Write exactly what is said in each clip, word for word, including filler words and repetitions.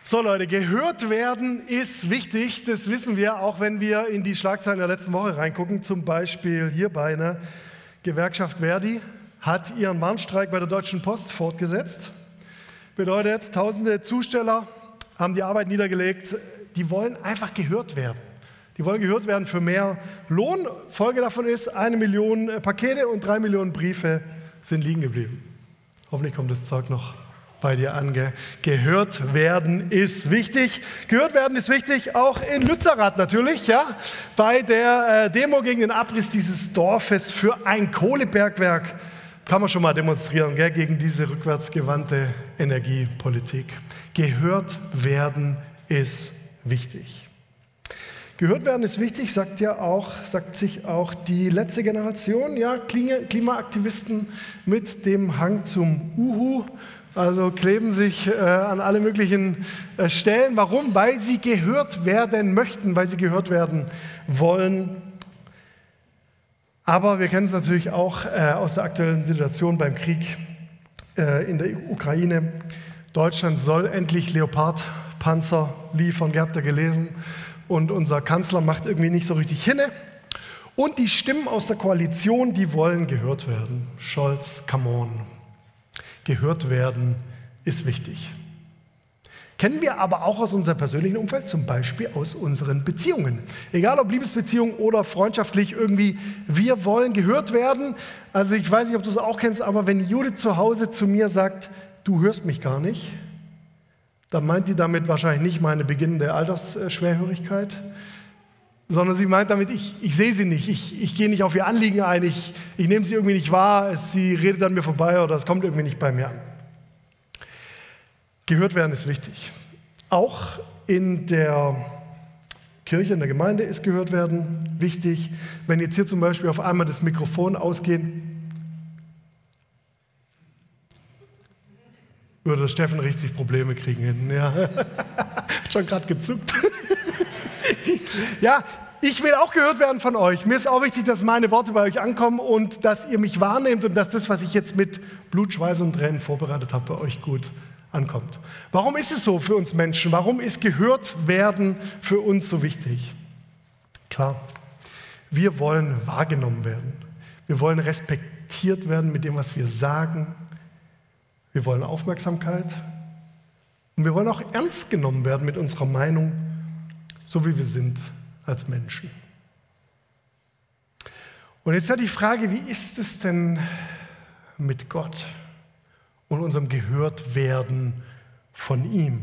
So Leute, gehört werden ist wichtig, das wissen wir, auch wenn wir in die Schlagzeilen der letzten Woche reingucken. Zum Beispiel hierbei, ne? Gewerkschaft Verdi hat ihren Warnstreik bei der Deutschen Post fortgesetzt. Bedeutet, tausende Zusteller haben die Arbeit niedergelegt, die wollen einfach gehört werden. Die wollen gehört werden für mehr Lohn. Folge davon ist, eine Million Pakete und drei Millionen Briefe sind liegen geblieben. Hoffentlich kommt das Zeug noch bei dir an. Ge- Gehört werden ist wichtig. Gehört werden ist wichtig, auch in Lützerath natürlich, ja, bei der äh, Demo gegen den Abriss dieses Dorfes für ein Kohlebergwerk kann man schon mal demonstrieren, gell, gegen diese rückwärtsgewandte Energiepolitik. Gehört werden ist wichtig. Gehört werden ist wichtig, sagt ja auch, sagt sich auch die letzte Generation, ja, Klimaaktivisten mit dem Hang zum Uhu. Also kleben sich äh, an alle möglichen äh, Stellen. Warum? Weil sie gehört werden möchten, weil sie gehört werden wollen. Aber wir kennen es natürlich auch äh, aus der aktuellen Situation beim Krieg äh, in der Ukraine. Deutschland soll endlich Leopard-Panzer liefern, ihr habt ja gelesen. Und unser Kanzler macht irgendwie nicht so richtig hinne. Und die Stimmen aus der Koalition, die wollen gehört werden. Scholz, come on. Gehört werden ist wichtig. Kennen wir aber auch aus unserem persönlichen Umfeld, zum Beispiel aus unseren Beziehungen. Egal ob Liebesbeziehung oder freundschaftlich irgendwie, wir wollen gehört werden. Also ich weiß nicht, ob du es auch kennst, aber wenn Judith zu Hause zu mir sagt, du hörst mich gar nicht, dann meint die damit wahrscheinlich nicht meine beginnende Altersschwerhörigkeit, sondern sie meint damit, ich, ich sehe sie nicht, ich, ich gehe nicht auf ihr Anliegen ein, ich, ich nehme sie irgendwie nicht wahr, es, sie redet an mir vorbei oder es kommt irgendwie nicht bei mir an. Gehört werden ist wichtig. Auch in der Kirche, in der Gemeinde ist gehört werden wichtig. Wenn jetzt hier zum Beispiel auf einmal das Mikrofon ausgeht, würde Steffen richtig Probleme kriegen hinten. Ja. Hat schon gerade gezuckt. Ja, ich will auch gehört werden von euch. Mir ist auch wichtig, dass meine Worte bei euch ankommen und dass ihr mich wahrnehmt und dass das, was ich jetzt mit Blut, Schweiß und Tränen vorbereitet habe, bei euch gut ankommt. Warum ist es so für uns Menschen? Warum ist gehört werden für uns so wichtig? Klar, wir wollen wahrgenommen werden. Wir wollen respektiert werden mit dem, was wir sagen. Wir wollen Aufmerksamkeit. Und wir wollen auch ernst genommen werden mit unserer Meinung, so wie wir sind als Menschen. Und jetzt hat die Frage, wie ist es denn mit Gott und unserem Gehörtwerden von ihm?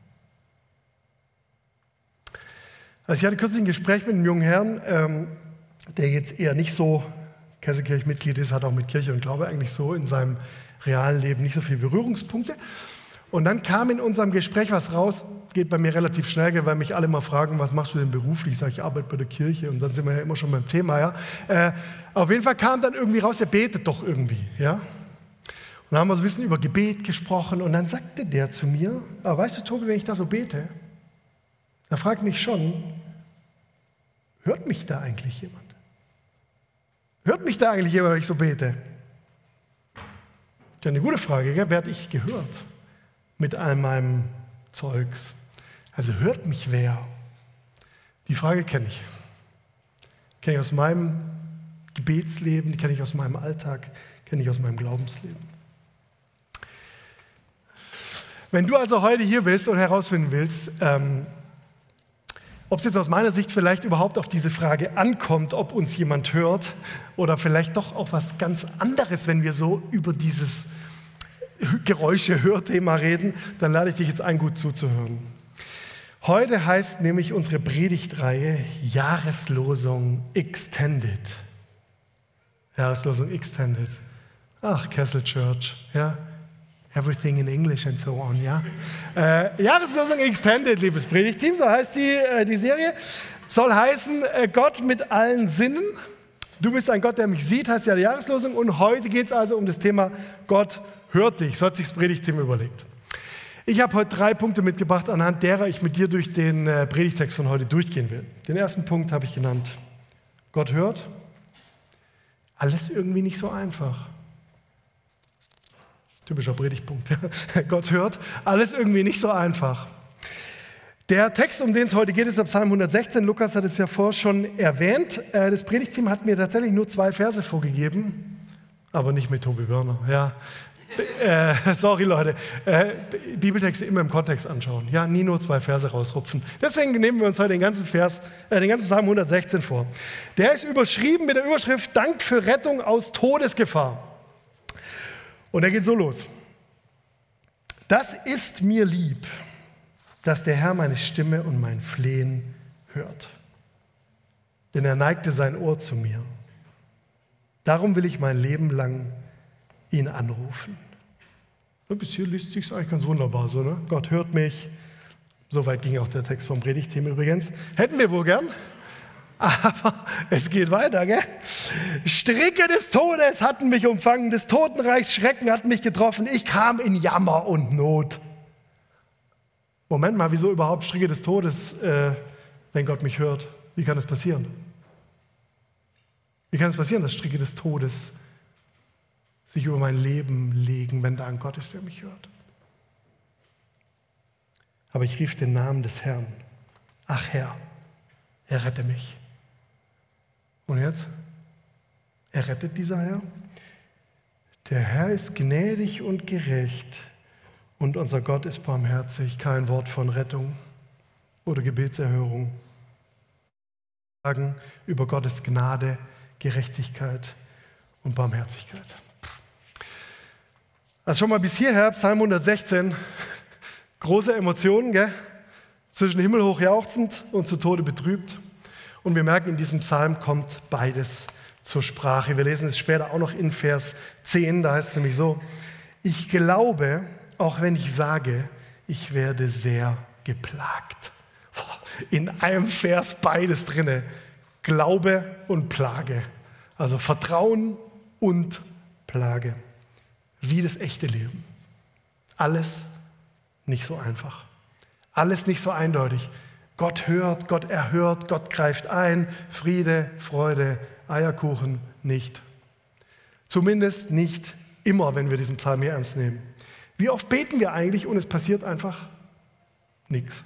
Also ich hatte kürzlich ein Gespräch mit einem jungen Herrn, ähm, der jetzt eher nicht so Kesselkirch-Mitglied ist, hat auch mit Kirche und Glaube eigentlich so in seinem realen Leben nicht so viele Berührungspunkte. Und dann kam in unserem Gespräch was raus, geht bei mir relativ schnell, weil mich alle mal fragen, was machst du denn beruflich? Ich sage, ich arbeite bei der Kirche und dann sind wir ja immer schon beim Thema. Ja. Äh, auf jeden Fall kam dann irgendwie raus, er betet doch irgendwie. Ja. Und dann haben wir so ein bisschen über Gebet gesprochen und dann sagte der zu mir, ah, weißt du Tobi, wenn ich da so bete, da fragt mich schon, hört mich da eigentlich jemand? Hört mich da eigentlich jemand, wenn ich so bete? Das ist eine gute Frage, gell? Werde ich gehört mit all meinem Zeugs? Also hört mich wer? Die Frage kenne ich. Kenne ich aus meinem Gebetsleben, die kenne ich aus meinem Alltag, kenne ich aus meinem Glaubensleben. Wenn du also heute hier bist und herausfinden willst, ähm, ob es jetzt aus meiner Sicht vielleicht überhaupt auf diese Frage ankommt, ob uns jemand hört oder vielleicht doch auch was ganz anderes, wenn wir so über dieses Geräusche-Hörthema reden, dann lade ich dich jetzt ein, gut zuzuhören. Heute heißt nämlich unsere Predigtreihe Jahreslosung Extended. Jahreslosung Extended. Ach, Castle Church, ja. Everything in English and so on, ja. Äh, Jahreslosung Extended, liebes Predigteam, so heißt die, äh, die Serie. Soll heißen, äh, Gott mit allen Sinnen. Du bist ein Gott, der mich sieht, heißt ja die Jahreslosung. Und heute geht es also um das Thema Gott hört dich. So hat sich das Predigteam überlegt. Ich habe heute drei Punkte mitgebracht, anhand derer ich mit dir durch den äh, Predigtext von heute durchgehen will. Den ersten Punkt habe ich genannt. Gott hört. Alles irgendwie nicht so einfach. Typischer Predigtpunkt. Gott hört, alles irgendwie nicht so einfach. Der Text, um den es heute geht, ist ab Psalm hundertsechzehn. Lukas hat es ja vorher schon erwähnt. Das Predigtteam hat mir tatsächlich nur zwei Verse vorgegeben, aber nicht mit Tobi Wörner. Ja. Äh, sorry Leute, äh, Bibeltexte immer im Kontext anschauen. Ja, nie nur zwei Verse rausrupfen. Deswegen nehmen wir uns heute den ganzen Vers, äh, den ganzen Psalm hundertsechzehn vor. Der ist überschrieben mit der Überschrift Dank für Rettung aus Todesgefahr. Und er geht so los. Das ist mir lieb, dass der Herr meine Stimme und mein Flehen hört. Denn er neigte sein Ohr zu mir. Darum will ich mein Leben lang ihn anrufen. Und bis hier liest sich eigentlich ganz wunderbar so, ne? Gott hört mich. Soweit ging auch der Text vom Predigtteam übrigens. Hätten wir wohl gern. Aber es geht weiter, gell? Stricke des Todes hatten mich umfangen, des Totenreichs Schrecken hat mich getroffen. Ich kam in Jammer und Not. Moment mal, wieso überhaupt Stricke des Todes, äh, wenn Gott mich hört? Wie kann das passieren? Wie kann es passieren, dass Stricke des Todes sich über mein Leben legen, wenn da ein Gott ist, der mich hört? Aber ich rief den Namen des Herrn. Ach Herr, er rette mich. Und jetzt? Er rettet dieser Herr? Der Herr ist gnädig und gerecht und unser Gott ist barmherzig. Kein Wort von Rettung oder Gebetserhörung. Sagen über Gottes Gnade, Gerechtigkeit und Barmherzigkeit. Also schon mal bis hierher, Psalm hundertsechzehn, große Emotionen, gell? Zwischen himmelhoch jauchzend und zu Tode betrübt. Und wir merken, in diesem Psalm kommt beides zur Sprache. Wir lesen es später auch noch in Vers zehn, da heißt es nämlich so: Ich glaube, auch wenn ich sage, ich werde sehr geplagt. In einem Vers beides drinne. Glaube und Plage. Also Vertrauen und Plage. Wie das echte Leben. Alles nicht so einfach. Alles nicht so eindeutig. Gott hört, Gott erhört, Gott greift ein. Friede, Freude, Eierkuchen nicht. Zumindest nicht immer, wenn wir diesen Psalm hier ernst nehmen. Wie oft beten wir eigentlich und es passiert einfach nichts?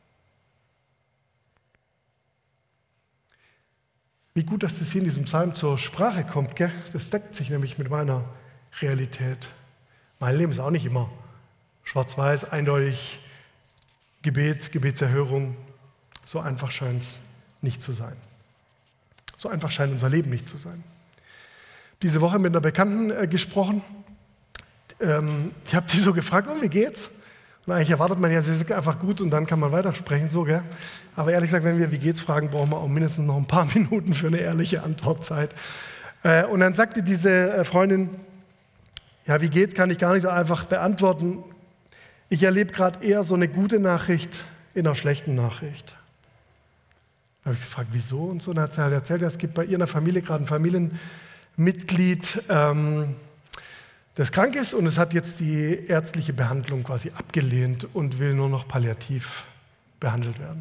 Wie gut, dass das hier in diesem Psalm zur Sprache kommt, gell? Das deckt sich nämlich mit meiner Realität. Mein Leben ist auch nicht immer schwarz-weiß, eindeutig, Gebet, Gebetserhörung. So einfach scheint es nicht zu sein. So einfach scheint unser Leben nicht zu sein. Diese Woche mit einer Bekannten äh, gesprochen. Ähm, ich habe die so gefragt, oh, wie geht's? Und eigentlich erwartet man ja, sie ist einfach gut und dann kann man weitersprechen, so, gell? Aber ehrlich gesagt, wenn wir wie geht's fragen, brauchen wir auch mindestens noch ein paar Minuten für eine ehrliche Antwortzeit. Äh, und dann sagte diese äh, Freundin, ja, wie geht's, kann ich gar nicht so einfach beantworten. Ich erlebe gerade eher so eine gute Nachricht in einer schlechten Nachricht. Da habe ich gefragt, wieso und so. Und dann hat sie halt erzählt, ja, es gibt bei ihr in der Familie gerade ein Familienmitglied, ähm, das krank ist und es hat jetzt die ärztliche Behandlung quasi abgelehnt und will nur noch palliativ behandelt werden.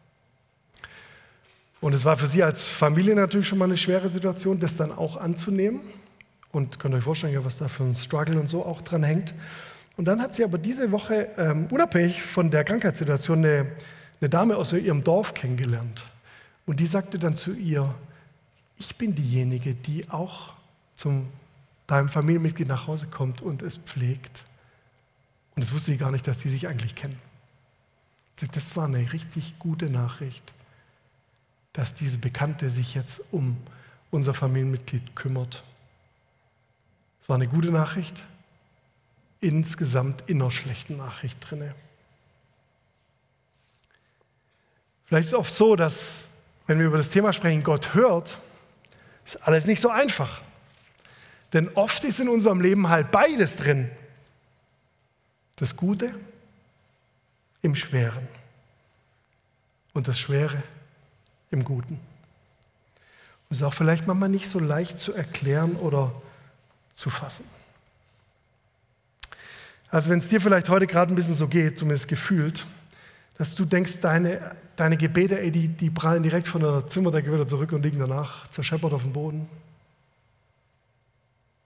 Und es war für sie als Familie natürlich schon mal eine schwere Situation, das dann auch anzunehmen. Und könnt ihr euch vorstellen, was da für ein Struggle und so auch dran hängt. Und dann hat sie aber diese Woche, ähm, unabhängig von der Krankheitssituation, eine, eine Dame aus ihrem Dorf kennengelernt. Und die sagte dann zu ihr, ich bin diejenige, die auch zum deinem Familienmitglied nach Hause kommt und es pflegt. Und das wusste ich gar nicht, dass die sich eigentlich kennen. Das war eine richtig gute Nachricht, dass diese Bekannte sich jetzt um unser Familienmitglied kümmert. Es war eine gute Nachricht, insgesamt in einer schlechten Nachricht drin. Vielleicht ist es oft so, dass, wenn wir über das Thema sprechen, Gott hört, ist alles nicht so einfach. Denn oft ist in unserem Leben halt beides drin. Das Gute im Schweren und das Schwere im Guten. Und es ist auch vielleicht manchmal nicht so leicht zu erklären oder zu fassen. Also wenn es dir vielleicht heute gerade ein bisschen so geht, zumindest gefühlt, dass du denkst, deine, deine Gebete, ey, die, die prallen direkt von der Zimmerdecke wieder zurück und liegen danach zerscheppert auf dem Boden.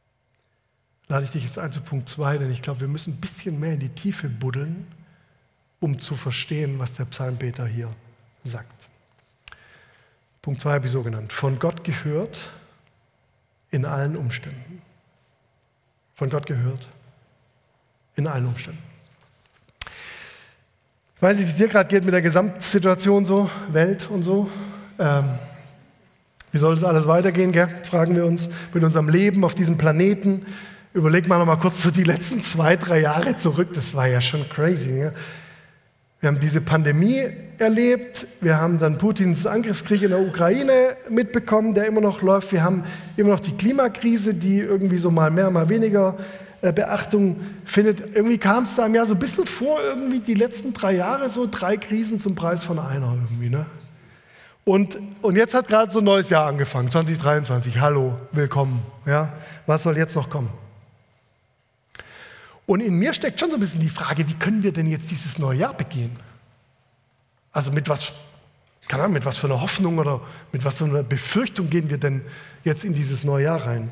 Lade ich dich jetzt ein zu Punkt zwei, denn ich glaube, wir müssen ein bisschen mehr in die Tiefe buddeln, um zu verstehen, was der Psalmbeter hier sagt. Punkt zwei habe ich so genannt. Von Gott gehört in allen Umständen. Von Gott gehört in allen Umständen. Ich weiß nicht, wie es dir gerade geht mit der Gesamtsituation so, Welt und so. Ähm, wie soll das alles weitergehen, gell? Fragen wir uns mit unserem Leben auf diesem Planeten. Überleg mal noch mal kurz so die letzten zwei, drei Jahre zurück. Das war ja schon crazy. Gell? Wir haben diese Pandemie erlebt. Wir haben dann Putins Angriffskrieg in der Ukraine mitbekommen, der immer noch läuft. Wir haben immer noch die Klimakrise, die irgendwie so mal mehr, mal weniger Beachtung findet. Irgendwie kam es einem ja so ein bisschen vor, irgendwie die letzten drei Jahre so drei Krisen zum Preis von einer irgendwie, ne? Und, und jetzt hat gerade so ein neues Jahr angefangen, zwanzig dreiundzwanzig. Hallo, willkommen. Ja? Was soll jetzt noch kommen? Und in mir steckt schon so ein bisschen die Frage, wie können wir denn jetzt dieses neue Jahr begehen? Also mit was, keine Ahnung, mit was für einer Hoffnung oder mit was für einer Befürchtung gehen wir denn jetzt in dieses neue Jahr rein?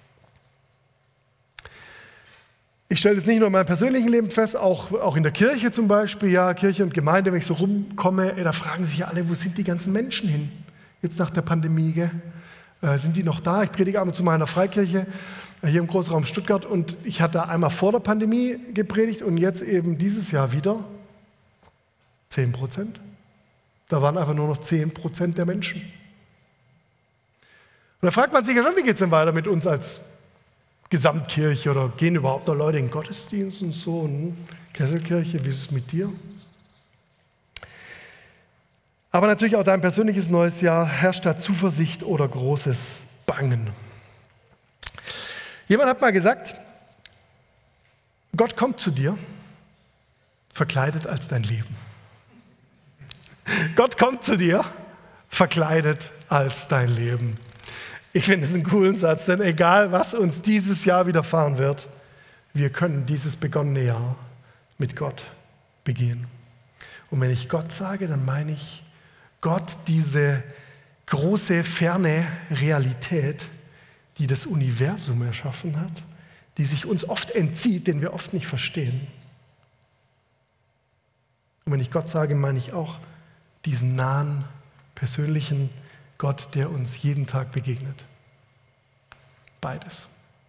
Ich stelle das nicht nur in meinem persönlichen Leben fest, auch, auch in der Kirche zum Beispiel, ja, Kirche und Gemeinde, wenn ich so rumkomme, ey, da fragen sich ja alle, wo sind die ganzen Menschen hin, jetzt nach der Pandemie, gell? Äh, sind die noch da? Ich predige einmal zu meiner Freikirche, äh, hier im Großraum Stuttgart, und ich hatte einmal vor der Pandemie gepredigt und jetzt eben dieses Jahr wieder zehn Prozent. Da waren einfach nur noch zehn Prozent der Menschen. Und da fragt man sich ja schon, wie geht es denn weiter mit uns als Gesamtkirche, oder gehen überhaupt noch Leute in den Gottesdienst und so? Und Kesselkirche, wie ist es mit dir? Aber natürlich auch dein persönliches neues Jahr. Herrscht da Zuversicht oder großes Bangen? Jemand hat mal gesagt, Gott kommt zu dir, verkleidet als dein Leben. Gott kommt zu dir, verkleidet als dein Leben. Ich finde es einen coolen Satz, denn egal, was uns dieses Jahr widerfahren wird, wir können dieses begonnene Jahr mit Gott begehen. Und wenn ich Gott sage, dann meine ich Gott, diese große, ferne Realität, die das Universum erschaffen hat, die sich uns oft entzieht, den wir oft nicht verstehen. Und wenn ich Gott sage, meine ich auch diesen nahen, persönlichen Gott, der uns jeden Tag begegnet. Beides.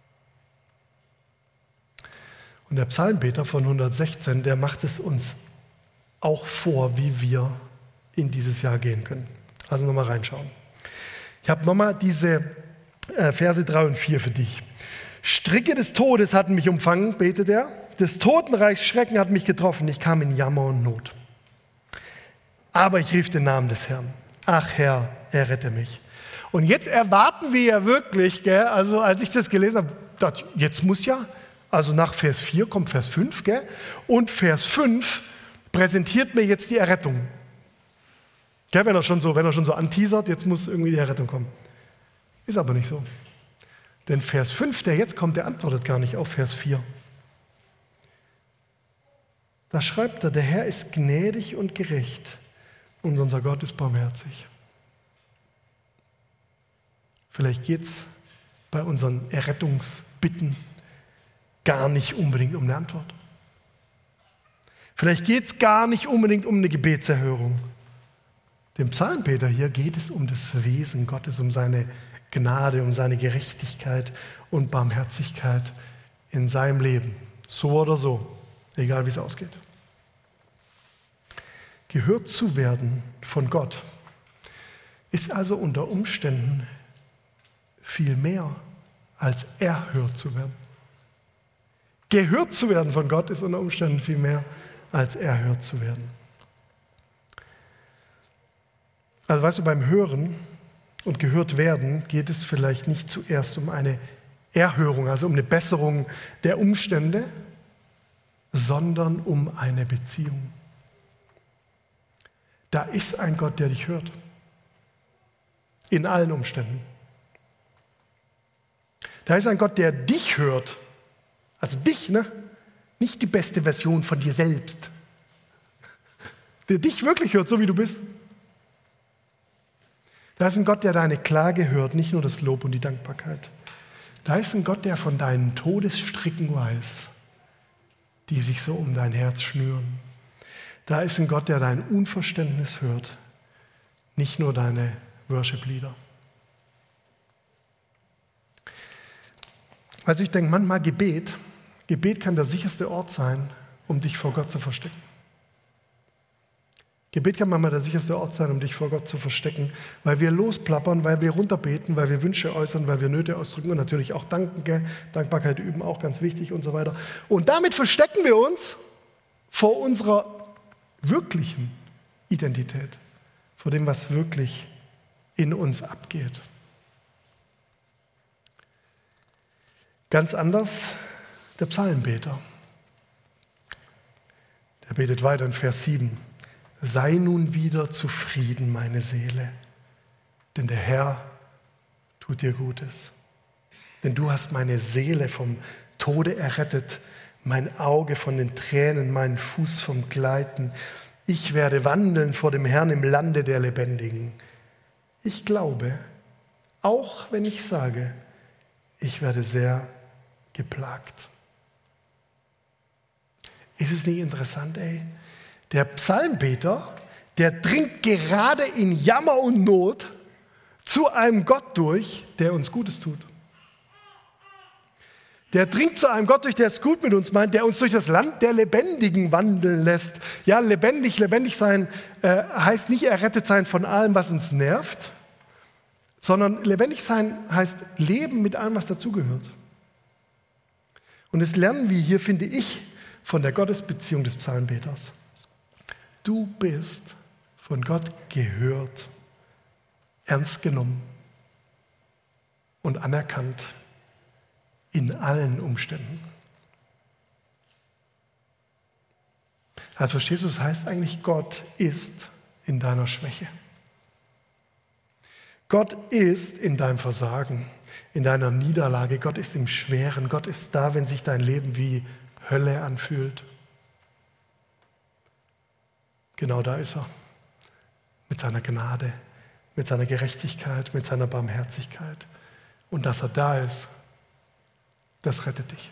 Und der Psalmbeter von hundertsechzehn, der macht es uns auch vor, wie wir in dieses Jahr gehen können. Also nochmal reinschauen. Ich habe nochmal diese äh, Verse drei und vier für dich. Stricke des Todes hatten mich umfangen, betet er. Des Totenreichs Schrecken hat mich getroffen. Ich kam in Jammer und Not. Aber ich rief den Namen des Herrn. Ach Herr, errette mich. Und jetzt erwarten wir ja wirklich, gell, also als ich das gelesen habe, dachte ich, jetzt muss ja, also nach Vers vier kommt Vers fünf, gell, und Vers fünf präsentiert mir jetzt die Errettung. Gell, wenn er schon so, wenn er schon so anteasert, jetzt muss irgendwie die Errettung kommen. Ist aber nicht so. Denn Vers fünf, der jetzt kommt, der antwortet gar nicht auf Vers vier. Da schreibt er, der Herr ist gnädig und gerecht. Und unser Gott ist barmherzig. Vielleicht geht es bei unseren Errettungsbitten gar nicht unbedingt um eine Antwort. Vielleicht geht es gar nicht unbedingt um eine Gebetserhörung. Dem Psalmbeter hier geht es um das Wesen Gottes, um seine Gnade, um seine Gerechtigkeit und Barmherzigkeit in seinem Leben. So oder so, egal wie es ausgeht. Gehört zu werden von Gott ist also unter Umständen viel mehr, als erhört zu werden. Gehört zu werden von Gott ist unter Umständen viel mehr, als erhört zu werden. Also weißt du, beim Hören und gehört werden geht es vielleicht nicht zuerst um eine Erhörung, also um eine Besserung der Umstände, sondern um eine Beziehung. Da ist ein Gott, der dich hört. In allen Umständen. Da ist ein Gott, der dich hört. Also dich, ne? Nicht die beste Version von dir selbst. Der dich wirklich hört, so wie du bist. Da ist ein Gott, der deine Klage hört, nicht nur das Lob und die Dankbarkeit. Da ist ein Gott, der von deinen Todesstricken weiß, die sich so um dein Herz schnüren. Da ist ein Gott, der dein Unverständnis hört, nicht nur deine Worship-Lieder. Also ich denke manchmal Gebet, Gebet kann der sicherste Ort sein, um dich vor Gott zu verstecken. Gebet kann manchmal der sicherste Ort sein, um dich vor Gott zu verstecken, weil wir losplappern, weil wir runterbeten, weil wir Wünsche äußern, weil wir Nöte ausdrücken und natürlich auch danken, Dankbarkeit üben, auch ganz wichtig und so weiter. Und damit verstecken wir uns vor unserer wirklichen Identität, vor dem, was wirklich in uns abgeht. Ganz anders der Psalmbeter. Der betet weiter in Vers sieben. Sei nun wieder zufrieden, meine Seele, denn der Herr tut dir Gutes. Denn du hast meine Seele vom Tode errettet, mein Auge von den Tränen, meinen Fuß vom Gleiten. Ich werde wandeln vor dem Herrn im Lande der Lebendigen. Ich glaube, auch wenn ich sage, ich werde sehr geplagt. Ist es nicht interessant, ey? Der Psalmbeter, der dringt gerade in Jammer und Not zu einem Gott durch, der uns Gutes tut. Der dringt zu einem Gott durch, der es gut mit uns meint, der uns durch das Land der Lebendigen wandeln lässt. Ja, lebendig, lebendig sein äh, heißt nicht errettet sein von allem, was uns nervt, sondern lebendig sein heißt leben mit allem, was dazugehört. Und das lernen wir hier, finde ich, von der Gottesbeziehung des Psalmbeters. Du bist von Gott gehört, ernst genommen und anerkannt in allen Umständen. Also verstehst du, das heißt eigentlich, Gott ist in deiner Schwäche. Gott ist in deinem Versagen, in deiner Niederlage. Gott ist im Schweren. Gott ist da, wenn sich dein Leben wie Hölle anfühlt. Genau da ist er. Mit seiner Gnade, mit seiner Gerechtigkeit, mit seiner Barmherzigkeit. Und dass er da ist, das rettet dich.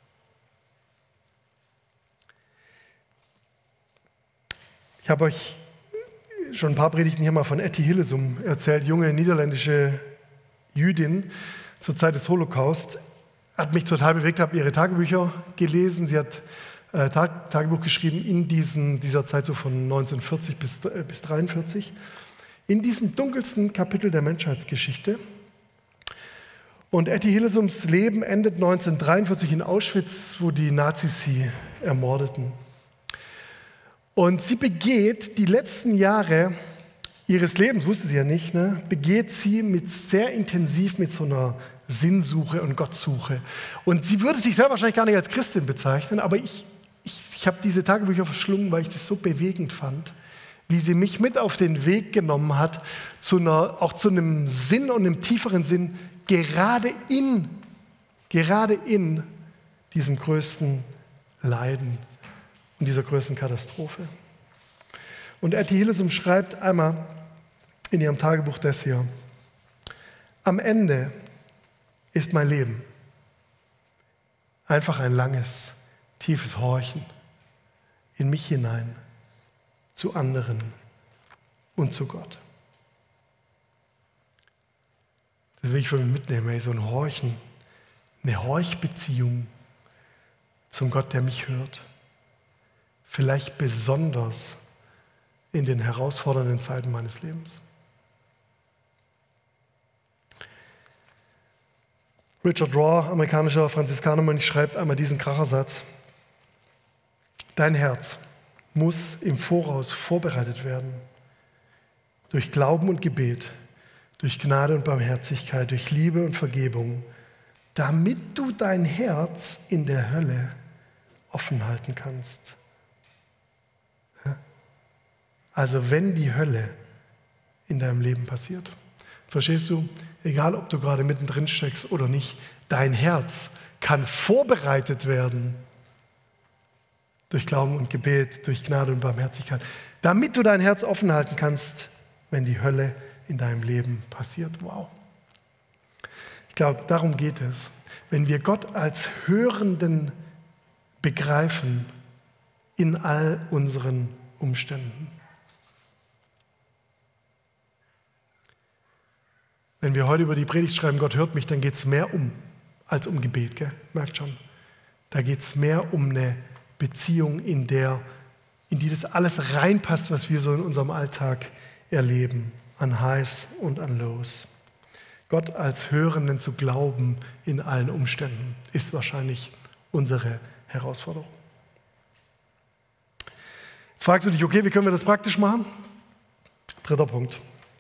Ich habe euch schon ein paar Predigten hier mal von Etty Hillesum erzählt, junge niederländische Jüdin zur Zeit des Holocaust. Hat mich total bewegt, habe ihre Tagebücher gelesen. Sie hat äh, Tag, Tagebuch geschrieben in diesen, dieser Zeit so von neunzehnhundertvierzig bis, äh, bis dreiundvierzig. In diesem dunkelsten Kapitel der Menschheitsgeschichte. Und Etty Hillesums Leben endet neunzehnhundertdreiundvierzig in Auschwitz, wo die Nazis sie ermordeten. Und sie begeht die letzten Jahre ihres Lebens, wusste sie ja nicht, ne, begeht sie mit sehr intensiv mit so einer Sinnsuche und Gottsuche. Und sie würde sich selber wahrscheinlich gar nicht als Christin bezeichnen, aber ich, ich, ich habe diese Tagebücher verschlungen, weil ich das so bewegend fand, wie sie mich mit auf den Weg genommen hat, zu einer, auch zu einem Sinn und einem tieferen Sinn, gerade in, gerade in diesem größten Leiden und dieser größten Katastrophe. Und Etty Hillesum schreibt einmal in ihrem Tagebuch das hier: Am Ende ist mein Leben einfach ein langes, tiefes Horchen in mich hinein, zu anderen und zu Gott. Das will ich von mir mitnehmen, ey, so ein Horchen, eine Horchbeziehung zum Gott, der mich hört. Vielleicht besonders in den herausfordernden Zeiten meines Lebens. Richard Rohr, amerikanischer Franziskanermönch, schreibt einmal diesen Krachersatz: Dein Herz muss im Voraus vorbereitet werden. Durch Glauben und Gebet, durch Gnade und Barmherzigkeit, durch Liebe und Vergebung, damit du dein Herz in der Hölle offen halten kannst. Also wenn die Hölle in deinem Leben passiert, verstehst du, egal ob du gerade mittendrin steckst oder nicht, dein Herz kann vorbereitet werden durch Glauben und Gebet, durch Gnade und Barmherzigkeit, damit du dein Herz offen halten kannst, wenn die Hölle in deinem Leben passiert. Wow. Ich glaube, darum geht es. Wenn wir Gott als Hörenden begreifen in all unseren Umständen. Wenn wir heute über die Predigt schreiben, Gott hört mich, dann geht es mehr um als um Gebet. Gell? Merkt schon. Da geht es mehr um eine Beziehung, in, der, in die das alles reinpasst, was wir so in unserem Alltag erleben, an Highs und an Lows. Gott als Hörenden zu glauben in allen Umständen ist wahrscheinlich unsere Herausforderung. Jetzt fragst du dich, okay, wie können wir das praktisch machen? Dritter Punkt.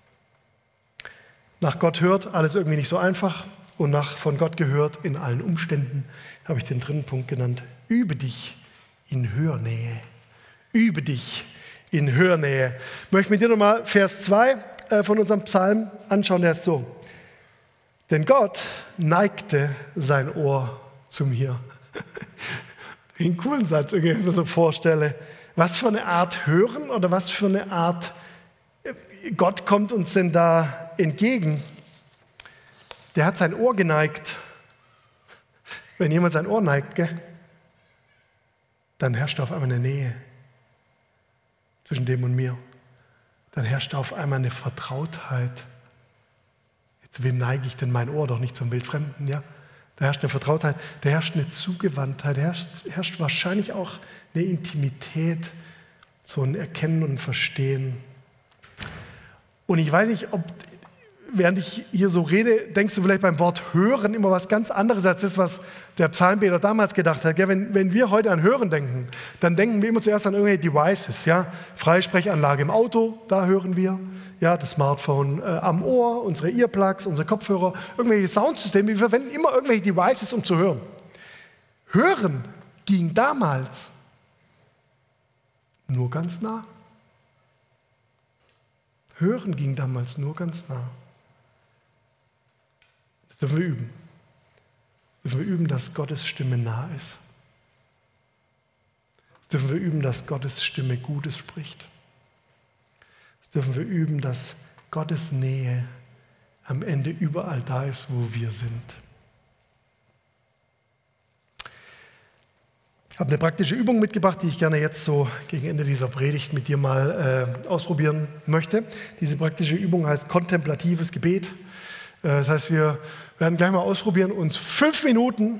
Nach Gott hört, alles irgendwie nicht so einfach. Und nach von Gott gehört, in allen Umständen, habe ich den dritten Punkt genannt. Übe dich in Hörnähe. Übe dich in Hörnähe. Ich möchte mit dir nochmal Vers zwei von unserem Psalm anschauen, der ist so. Denn Gott neigte sein Ohr zu mir. Den coolen Satz, irgendwie, wenn ich mir so vorstelle. Was für eine Art Hören oder was für eine Art Gott kommt uns denn da entgegen? Der hat sein Ohr geneigt. Wenn jemand sein Ohr neigt, gell, dann herrscht auf einmal eine Nähe zwischen dem und mir. Dann herrscht auf einmal eine Vertrautheit. Zu wem neige ich denn mein Ohr? Doch nicht zum Wildfremden, ja? Da herrscht eine Vertrautheit, da herrscht eine Zugewandtheit, da herrscht, herrscht wahrscheinlich auch eine Intimität, so ein Erkennen und ein Verstehen. Und ich weiß nicht, ob, während ich hier so rede, denkst du vielleicht beim Wort Hören immer was ganz anderes als das, was der Psalmbeter damals gedacht hat. Wenn, wenn wir heute an Hören denken, dann denken wir immer zuerst an irgendwelche Devices, ja? Freisprechanlage im Auto, da hören wir. Ja, das Smartphone äh, am Ohr, unsere Earplugs, unsere Kopfhörer, irgendwelche Soundsysteme. Wir verwenden immer irgendwelche Devices, um zu hören. Hören ging damals nur ganz nah. Hören ging damals nur ganz nah. Das dürfen wir üben. Das dürfen wir üben, dass Gottes Stimme nah ist. Das dürfen wir üben, dass Gottes Stimme Gutes spricht. Das dürfen wir üben, dass Gottes Nähe am Ende überall da ist, wo wir sind. Ich habe eine praktische Übung mitgebracht, die ich gerne jetzt so gegen Ende dieser Predigt mit dir mal äh, ausprobieren möchte. Diese praktische Übung heißt kontemplatives Gebet. Äh, das heißt, wir werden gleich mal ausprobieren, uns fünf Minuten,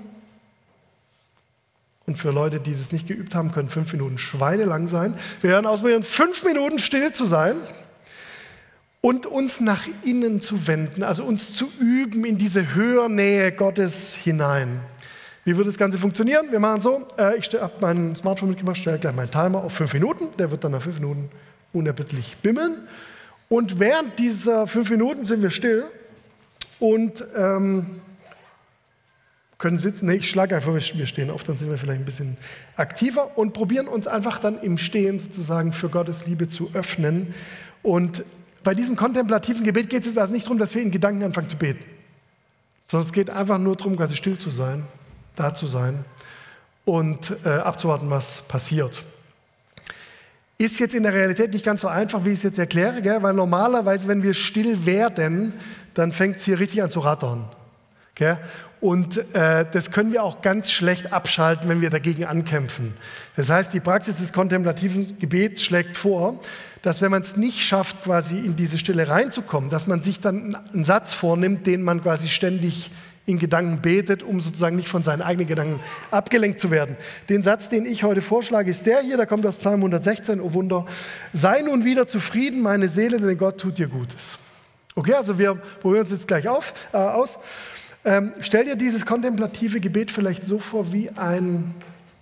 und für Leute, die das nicht geübt haben, können fünf Minuten schweinelang sein. Wir werden ausprobieren, fünf Minuten still zu sein und uns nach innen zu wenden, also uns zu üben in diese Hörnähe Gottes hinein. Wie wird das Ganze funktionieren? Wir machen so, äh, ich habe mein Smartphone mitgemacht, stelle gleich meinen Timer auf fünf Minuten, der wird dann nach fünf Minuten unerbittlich bimmeln. Und während dieser fünf Minuten sind wir still und ähm, können sitzen. Nee, ich schlage einfach, wir stehen auf, dann sind wir vielleicht ein bisschen aktiver und probieren uns einfach dann im Stehen sozusagen für Gottes Liebe zu öffnen. Und bei diesem kontemplativen Gebet geht es also nicht darum, dass wir in Gedanken anfangen zu beten, sondern es geht einfach nur darum, quasi still zu sein, da zu sein und äh, abzuwarten, was passiert. Ist jetzt in der Realität nicht ganz so einfach, wie ich es jetzt erkläre, gell? Weil normalerweise, wenn wir still werden, dann fängt es hier richtig an zu rattern. Gell? Und äh, das können wir auch ganz schlecht abschalten, wenn wir dagegen ankämpfen. Das heißt, die Praxis des kontemplativen Gebets schlägt vor, dass wenn man es nicht schafft, quasi in diese Stille reinzukommen, dass man sich dann einen Satz vornimmt, den man quasi ständig in Gedanken betet, um sozusagen nicht von seinen eigenen Gedanken abgelenkt zu werden. Den Satz, den ich heute vorschlage, ist der hier, der kommt aus Psalm hundertsechzehn, oh Wunder, sei nun wieder zufrieden, meine Seele, denn Gott tut dir Gutes. Okay, also wir probieren uns jetzt gleich auf, äh, aus. Ähm, stell dir dieses kontemplative Gebet vielleicht so vor wie ein,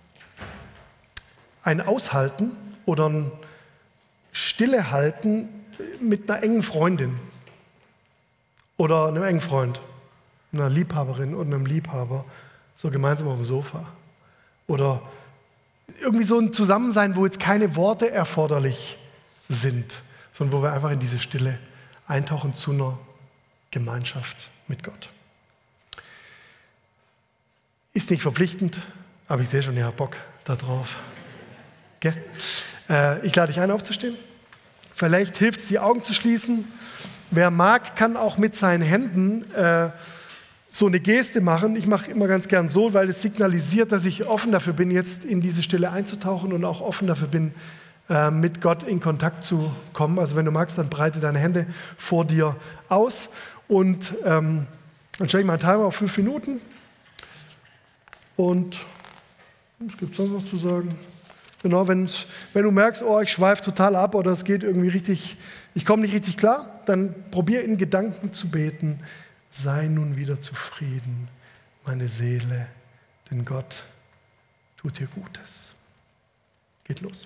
ein Aushalten oder ein Stillehalten mit einer engen Freundin oder einem engen Freund, einer Liebhaberin oder einem Liebhaber, so gemeinsam auf dem Sofa. Oder irgendwie so ein Zusammensein, wo jetzt keine Worte erforderlich sind, sondern wo wir einfach in diese Stille eintauchen zu einer Gemeinschaft mit Gott. Ist nicht verpflichtend, aber ich sehe schon, ihr habt Bock da drauf. Okay? Äh, ich lade dich ein, aufzustehen. Vielleicht hilft es, die Augen zu schließen. Wer mag, kann auch mit seinen Händen äh, so eine Geste machen. Ich mache immer ganz gern so, weil es signalisiert, dass ich offen dafür bin, jetzt in diese Stille einzutauchen und auch offen dafür bin, äh, mit Gott in Kontakt zu kommen. Also wenn du magst, dann breite deine Hände vor dir aus und ähm, dann stelle ich meinen Timer auf fünf Minuten. Und was gibt es sonst noch zu sagen? Genau, wenn du merkst, oh, ich schweife total ab oder es geht irgendwie richtig, ich komme nicht richtig klar, dann probier in Gedanken zu beten. Sei nun wieder zufrieden, meine Seele, denn Gott tut dir Gutes. Geht los.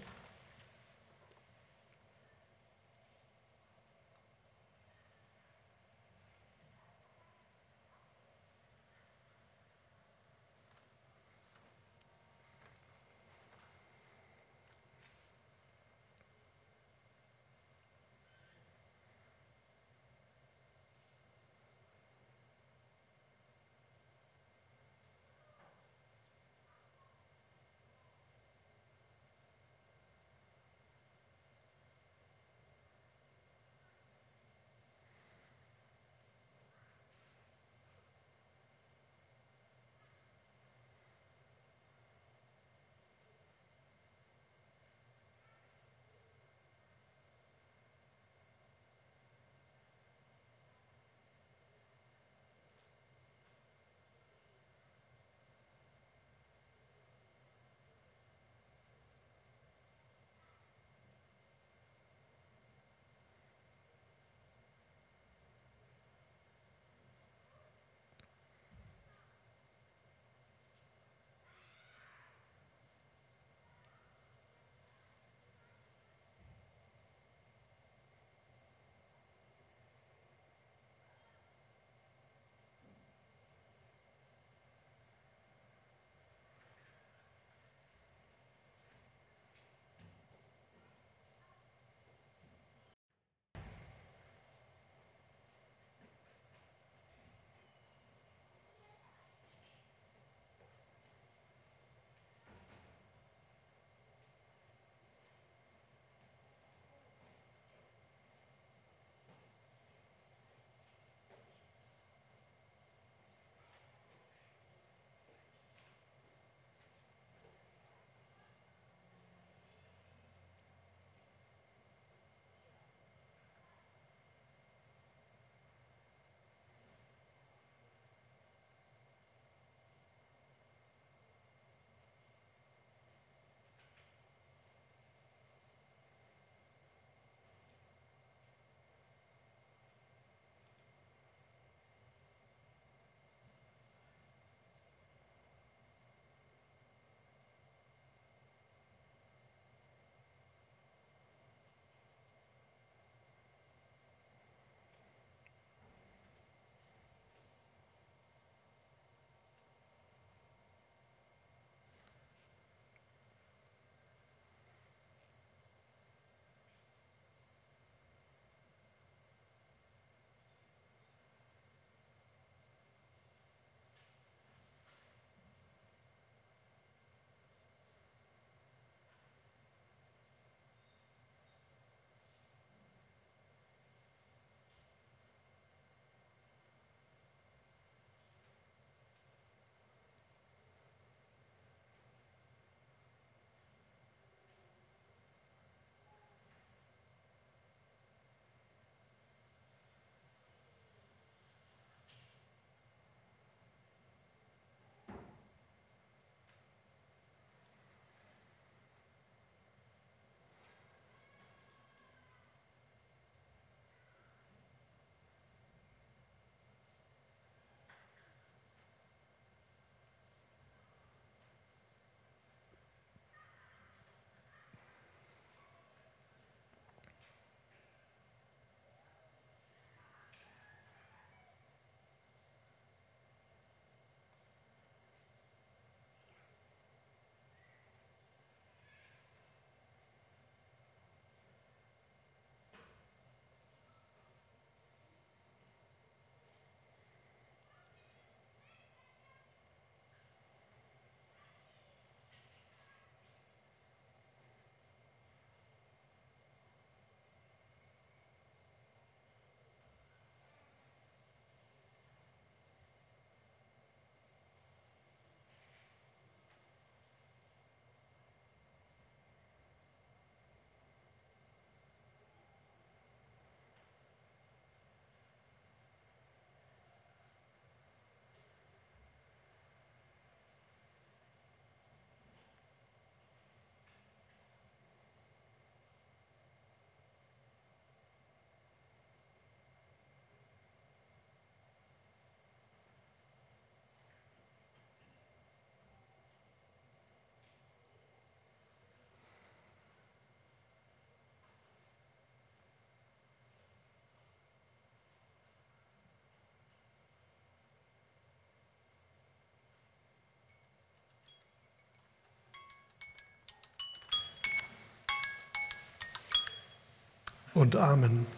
und Amen.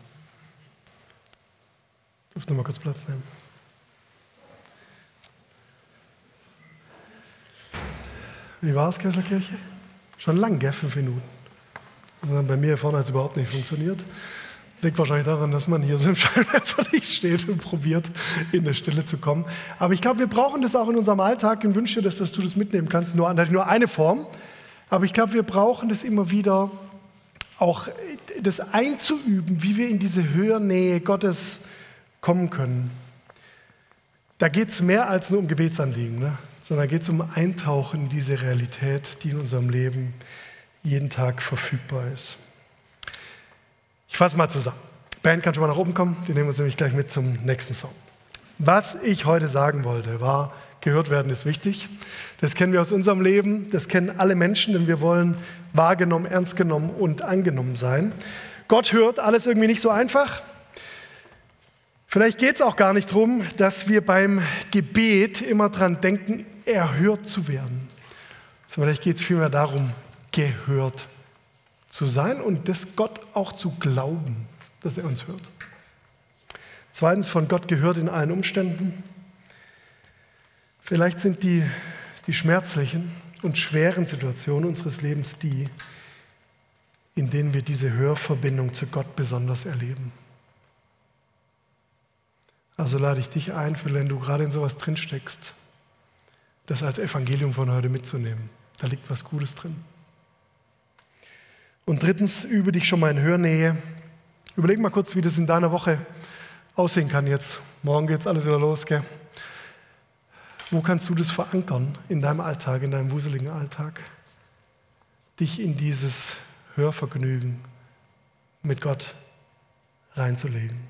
Ich darf noch mal kurz Platz nehmen. Wie war es, Kesselkirche? Schon lang, gell? Fünf Minuten. Und bei mir hier vorne hat es überhaupt nicht funktioniert. Liegt wahrscheinlich daran, dass man hier so im Scheinwerferlicht steht und probiert, in der Stille zu kommen. Aber ich glaube, wir brauchen das auch in unserem Alltag und wünsche dir, dass, dass du das mitnehmen kannst. Nur, nur eine Form. Aber ich glaube, wir brauchen das immer wieder, auch das einzuüben, wie wir in diese Hörnähe Gottes kommen können. Da geht es mehr als nur um Gebetsanliegen, ne? Sondern da geht es um Eintauchen in diese Realität, die in unserem Leben jeden Tag verfügbar ist. Ich fasse mal zusammen. Band kann schon mal nach oben kommen, die nehmen wir uns nämlich gleich mit zum nächsten Song. Was ich heute sagen wollte, war, gehört werden ist wichtig. Das kennen wir aus unserem Leben, das kennen alle Menschen, denn wir wollen wahrgenommen, ernst genommen und angenommen sein. Gott hört, alles irgendwie nicht so einfach. Vielleicht geht es auch gar nicht darum, dass wir beim Gebet immer dran denken, erhört zu werden. Sondern vielleicht geht es vielmehr darum, gehört zu sein und das Gott auch zu glauben, dass er uns hört. Zweitens, von Gott gehört in allen Umständen. Vielleicht sind die, die schmerzlichen und schweren Situationen unseres Lebens die, in denen wir diese Hörverbindung zu Gott besonders erleben. Also lade ich dich ein, wenn du gerade in sowas drinsteckst, das als Evangelium von heute mitzunehmen. Da liegt was Gutes drin. Und drittens, übe dich schon mal in Hörnähe. Überleg mal kurz, wie das in deiner Woche aussehen kann jetzt. Morgen geht es alles wieder los, gell? Wo kannst du das verankern in deinem Alltag, in deinem wuseligen Alltag? Dich in dieses Hörvergnügen mit Gott reinzulegen.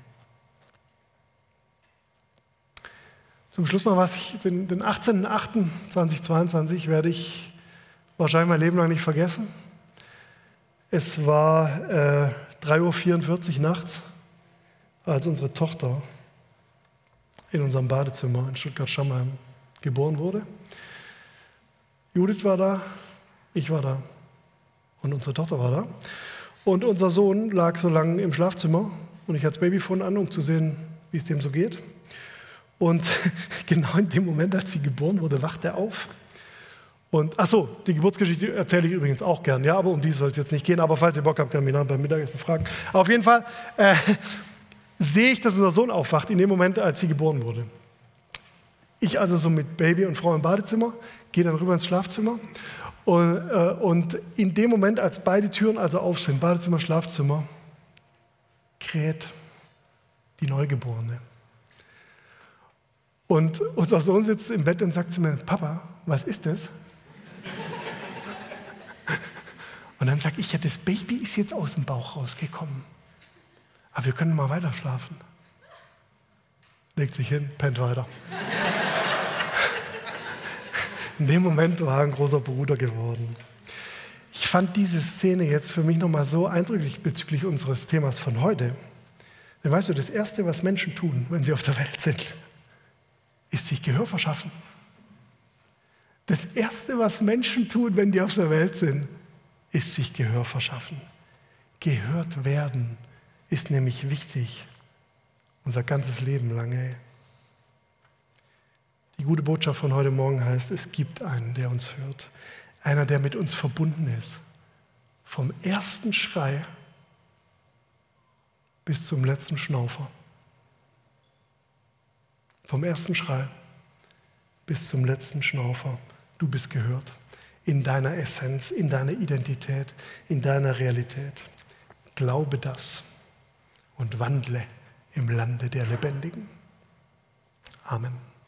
Zum Schluss noch was, ich, den, den achtzehnten achten zweitausendzweiundzwanzig werde ich wahrscheinlich mein Leben lang nicht vergessen. Es war äh, drei Uhr vierundvierzig nachts, als unsere Tochter in unserem Badezimmer in Stuttgart-Stammheim geboren wurde. Judith war da, ich war da und unsere Tochter war da. Und unser Sohn lag so lange im Schlafzimmer und ich hatte das Babyphone an, um zu sehen, wie es dem so geht. Und genau in dem Moment, als sie geboren wurde, wacht er auf. Und ach so, die Geburtsgeschichte erzähle ich übrigens auch gern, ja, aber um die soll es jetzt nicht gehen. Aber falls ihr Bock habt, könnt ihr mich beim Mittagessen fragen. Aber auf jeden Fall äh, sehe ich, dass unser Sohn aufwacht in dem Moment, als sie geboren wurde. Ich also so mit Baby und Frau im Badezimmer, gehe dann rüber ins Schlafzimmer. Und, äh, und in dem Moment, als beide Türen also auf sind, Badezimmer, Schlafzimmer, kräht die Neugeborene. Und unser Sohn sitzt im Bett und sagt zu mir, Papa, was ist das? Und dann sage ich, ja, das Baby ist jetzt aus dem Bauch rausgekommen. Aber wir können mal weiter schlafen. Legt sich hin, pennt weiter. In dem Moment war er ein großer Bruder geworden. Ich fand diese Szene jetzt für mich nochmal so eindrücklich bezüglich unseres Themas von heute. Denn weißt du, das Erste, was Menschen tun, wenn sie auf der Welt sind, ist sich Gehör verschaffen. Das Erste, was Menschen tun, wenn die auf der Welt sind, ist sich Gehör verschaffen. Gehört werden ist nämlich wichtig, unser ganzes Leben lang. Ey. Die gute Botschaft von heute Morgen heißt, es gibt einen, der uns hört. Einer, der mit uns verbunden ist. Vom ersten Schrei bis zum letzten Schnaufer. Vom ersten Schrei bis zum letzten Schnaufer. Du bist gehört. In deiner Essenz, in deiner Identität, in deiner Realität. Glaube das und wandle im Lande der Lebendigen. Amen.